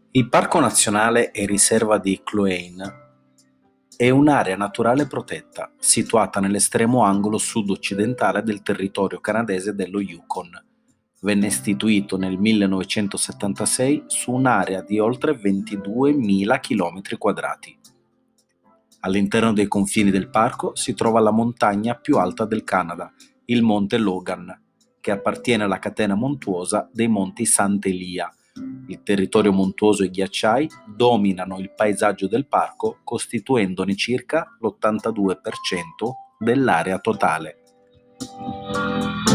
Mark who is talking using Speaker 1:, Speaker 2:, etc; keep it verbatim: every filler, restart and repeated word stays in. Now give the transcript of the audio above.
Speaker 1: Il Parco nazionale e riserva di Kluane è un'area naturale protetta, situata nell'estremo angolo sud-occidentale del territorio canadese dello Yukon. Venne istituito nel millenovecentosettantasei su un'area di oltre ventiduemila chilometri quadrati. All'interno dei confini del parco si trova la montagna più alta del Canada, il monte Logan, che appartiene alla catena montuosa dei monti Sant'Elia. Il territorio montuoso e i ghiacciai dominano il paesaggio del parco, costituendone circa l'ottantadue per cento dell'area totale.